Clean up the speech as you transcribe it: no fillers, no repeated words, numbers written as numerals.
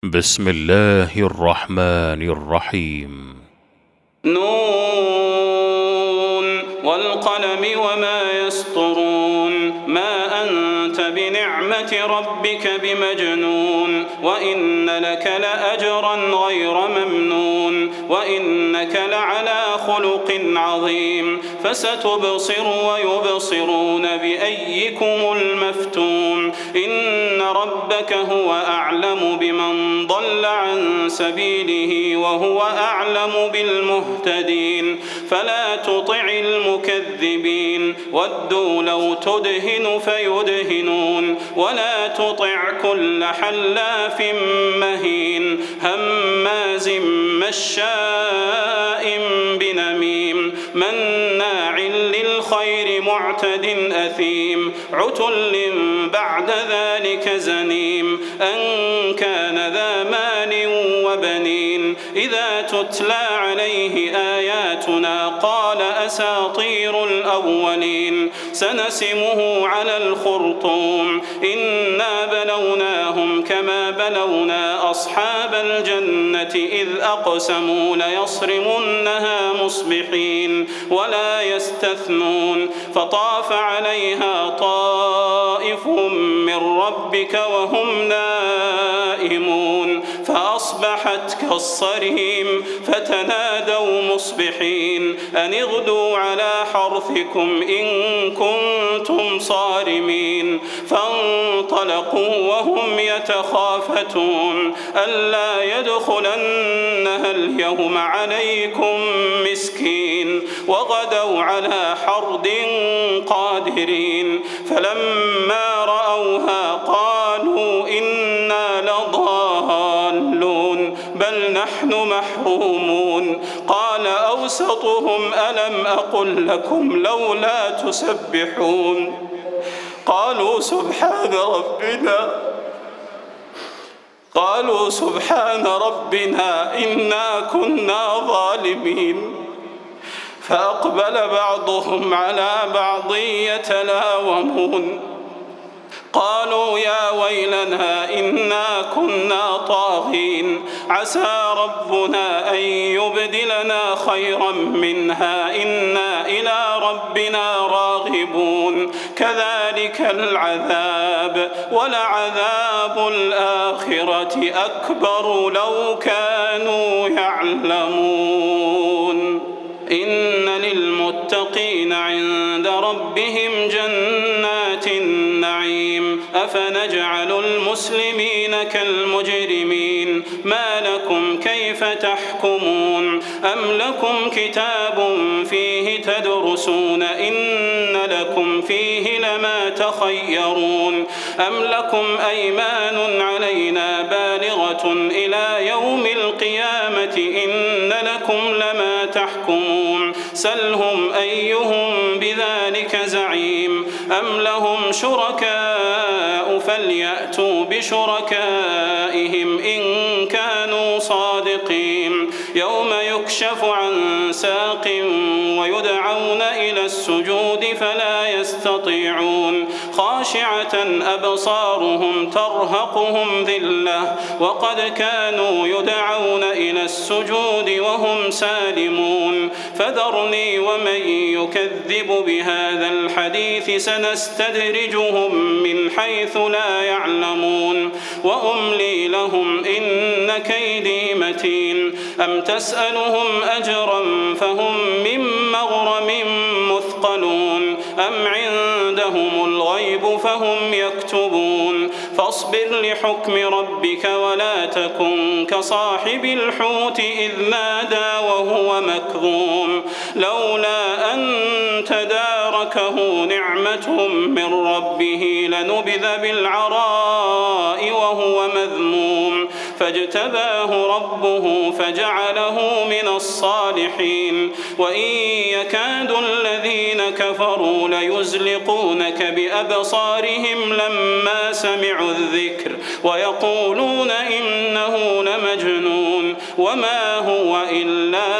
بسم الله الرحمن الرحيم. نون والقلم وما يسطرون ما أنت بنعمة ربك بمجنون وإن لك لأجرا غير ممنون وإنك لعلى خلق عظيم فستبصر ويبصرون بأيكم المفتون إن ربك هو أعلم بمن ضل عن سبيله وهو أعلم بالمهتدين فلا تطع المكذبين ودوا لو تدهن فيدهنون ولا تطع كل حلاف مهين هماز مشاء بنميم مناع للخير معتد أثيم عتل بعد ذلك زنيم أن كان ذا مال وبنين إذا تتلى عليه آياتنا قال أساطير الأولين سنسمه على الخرطوم إنا بلوناهم كما بلونا أصحاب الجنة إذ أقسموا ليصرمنها مصبحين ولا يستثنون فطاف عليها طائف من ربك وهم نائمون فأصبحت كالصريم فتنادوا مصبحين أن اغدوا على حرثكم إن كنتم صارمين فانطلقوا وهم يتخافتون ألا يدخلنها اليوم عليكم مسكين وغدوا على حرد قادرين فلما رأوها قالوا إنا لضالون بل نحن محرومون قال أوسطهم ألم أقل لكم لولا تسبحون قالوا سبحان ربنا إنا كنا ظالمين فأقبل بعضهم على بعض يتلاومون قالوا يا ويلنا إنا كنا طاغين عسى ربنا أن يبدلنا خيرا منها إنا إلى ربنا راغبون كذلك العذاب ولعذاب الآخرة أكبر لو كانوا يعلمون إن للمتقين عند ربهم جنات النعيم أفنجعل المسلمين كالمجرمين ما لكم كيف تحكمون أم لكم كتاب فيه تدرسون إن لكم فيه لما تخيرون أم لكم أيمان علينا بالغة إلى يوم القيامة إن لكم لما تحكمون سلهم أيهم بذلك زعيم أم لهم شركاء فليأتوا بشركائهم إن كانوا صادقين يوم يكشف عن ساق ويدعون إلى السجود فلا يستطيعون خاشعة أبصارهم ترهقهم ذلة وقد كانوا يدعون إلى السجود وهم سالمون فذرني ومن يكذب بهذا الحديث سنستدرجهم من حيث لا يعلمون وأملي لهم إن كيدي متين أم تسألهم أجرا فهم من مغرم مثقلون أم عندهم الغيب فهم يكتبون فاصبر لحكم ربك ولا تكن كصاحب الحوت إذ نادى وهو مكظوم لولا أن تداركه نعمة من ربه لنبذ بالعراء وهو مذموم فاجتباه ربه فجعله من الصالحين وإن يكاد الذين كفروا ليزلقونك بأبصارهم لما سمعوا الذكر ويقولون إنه لمجنون وما هو إلا